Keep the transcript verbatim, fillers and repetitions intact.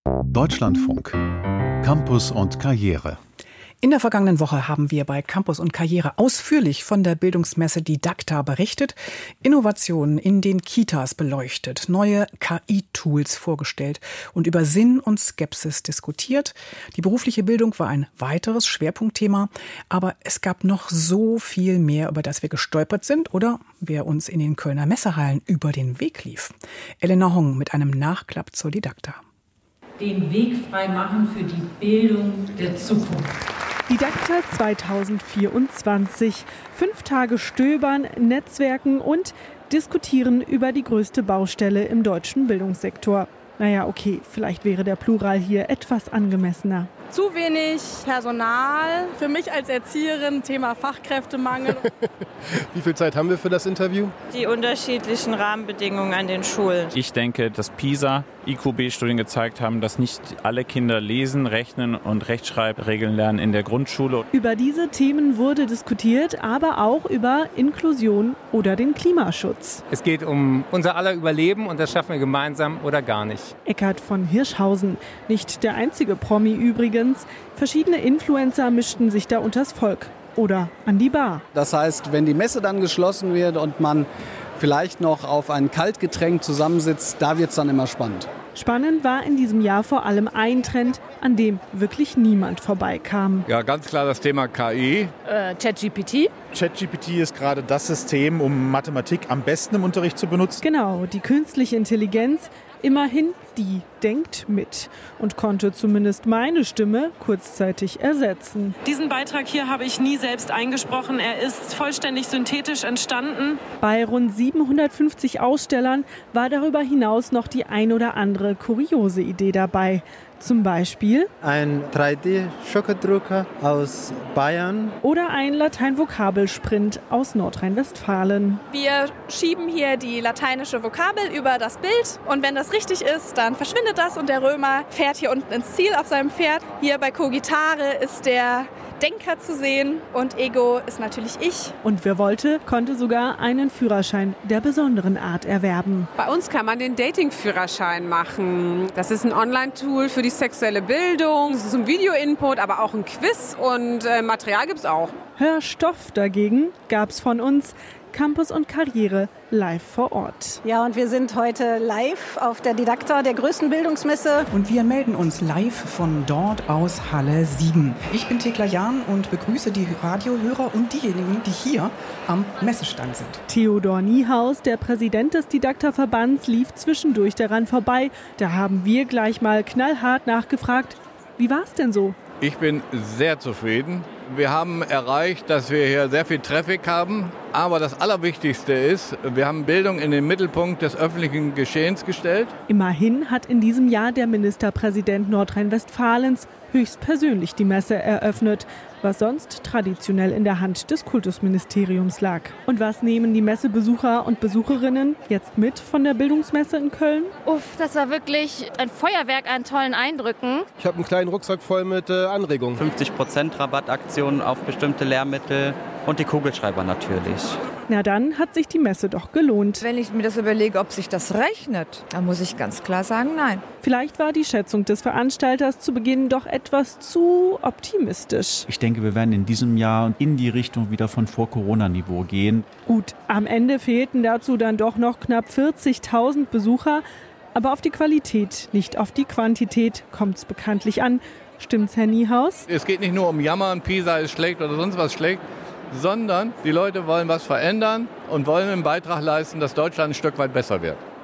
Deutschlandfunk. Campus und Karriere. In der vergangenen Woche haben wir bei Campus und Karriere ausführlich von der Bildungsmesse Didakta berichtet, Innovationen in den Kitas beleuchtet, neue K I-Tools vorgestellt und über Sinn und Skepsis diskutiert. Die berufliche Bildung war ein weiteres Schwerpunktthema, aber es gab noch so viel mehr, über das wir gestolpert sind oder wer uns in den Kölner Messehallen über den Weg lief. Elena Hong mit einem Nachklapp zur Didakta. Den Weg frei machen für die Bildung der Zukunft. Didakta zwanzig vierundzwanzig. Fünf Tage stöbern, netzwerken und diskutieren über die größte Baustelle im deutschen Bildungssektor. Naja, okay, vielleicht wäre der Plural hier etwas angemessener. Zu wenig Personal. Für mich als Erzieherin Thema Fachkräftemangel. Wie viel Zeit haben wir für das Interview? Die unterschiedlichen Rahmenbedingungen an den Schulen. Ich denke, dass PISA, I Q B-Studien gezeigt haben, dass nicht alle Kinder lesen, rechnen und Rechtschreibregeln lernen in der Grundschule. Über diese Themen wurde diskutiert, aber auch über Inklusion oder den Klimaschutz. Es geht um unser aller Überleben und das schaffen wir gemeinsam oder gar nicht. Eckart von Hirschhausen, nicht der einzige Promi übrigens. Verschiedene Influencer mischten sich da unters Volk oder an die Bar. Das heißt, wenn die Messe dann geschlossen wird und man vielleicht noch auf ein Kaltgetränk zusammensitzt, da wird es dann immer spannend. Spannend war in diesem Jahr vor allem ein Trend, an dem wirklich niemand vorbeikam. Ja, ganz klar das Thema K I. Äh, ChatGPT. ChatGPT ist gerade das System, um Mathematik am besten im Unterricht zu benutzen. Genau, die künstliche Intelligenz, immerhin, die denkt mit und konnte zumindest meine Stimme kurzzeitig ersetzen. Diesen Beitrag hier habe ich nie selbst eingesprochen. Er ist vollständig synthetisch entstanden. Bei rund siebenhundertfünfzig Ausstellern war darüber hinaus noch die ein oder andere kuriose Idee dabei. Zum Beispiel ein drei D-Schockerdrucker aus Bayern oder ein Latein-Vokabelsprint aus Nordrhein-Westfalen. Wir schieben hier die lateinische Vokabel über das Bild und wenn das richtig ist, dann verschwindet das und der Römer fährt hier unten ins Ziel auf seinem Pferd. Hier bei Cogitare ist der Denker zu sehen und Ego ist natürlich ich. Und wer wollte, konnte sogar einen Führerschein der besonderen Art erwerben. Bei uns kann man den Dating-Führerschein machen. Das ist ein Online-Tool für die sexuelle Bildung. Das ist ein Video-Input, aber auch ein Quiz und äh, Material gibt's auch. Hörstoff dagegen gab's von uns. Campus und Karriere live vor Ort. Ja, und wir sind heute live auf der Didakta, der größten Bildungsmesse. Und wir melden uns live von dort aus Halle sieben. Ich bin Thekla Jahn und begrüße die Radiohörer und diejenigen, die hier am Messestand sind. Theodor Niehaus, der Präsident des Didakta-Verbands, lief zwischendurch daran vorbei. Da haben wir gleich mal knallhart nachgefragt, wie war's denn so? Ich bin sehr zufrieden. Wir haben erreicht, dass wir hier sehr viel Traffic haben. Aber das Allerwichtigste ist, wir haben Bildung in den Mittelpunkt des öffentlichen Geschehens gestellt. Immerhin hat in diesem Jahr der Ministerpräsident Nordrhein-Westfalens höchstpersönlich die Messe eröffnet, was sonst traditionell in der Hand des Kultusministeriums lag. Und was nehmen die Messebesucher und Besucherinnen jetzt mit von der Bildungsmesse in Köln? Uff, das war wirklich ein Feuerwerk an tollen Eindrücken. Ich habe einen kleinen Rucksack voll mit äh, Anregungen. fünfzig Prozent Rabattaktionen auf bestimmte Lehrmittel und die Kugelschreiber natürlich. Na dann hat sich die Messe doch gelohnt. Wenn ich mir das überlege, ob sich das rechnet, dann muss ich ganz klar sagen, nein. Vielleicht war die Schätzung des Veranstalters zu Beginn doch etwas zu optimistisch. Ich denke, wir werden in diesem Jahr in die Richtung wieder von Vor-Corona-Niveau gehen. Gut, am Ende fehlten dazu dann doch noch knapp vierzigtausend Besucher. Aber auf die Qualität, nicht auf die Quantität, kommt es bekanntlich an. Stimmt's, Herr Niehaus? Es geht nicht nur um Jammern, PISA ist schlecht oder sonst was schlecht, sondern die Leute wollen was verändern und wollen einen Beitrag leisten, dass Deutschland ein Stück weit besser wird.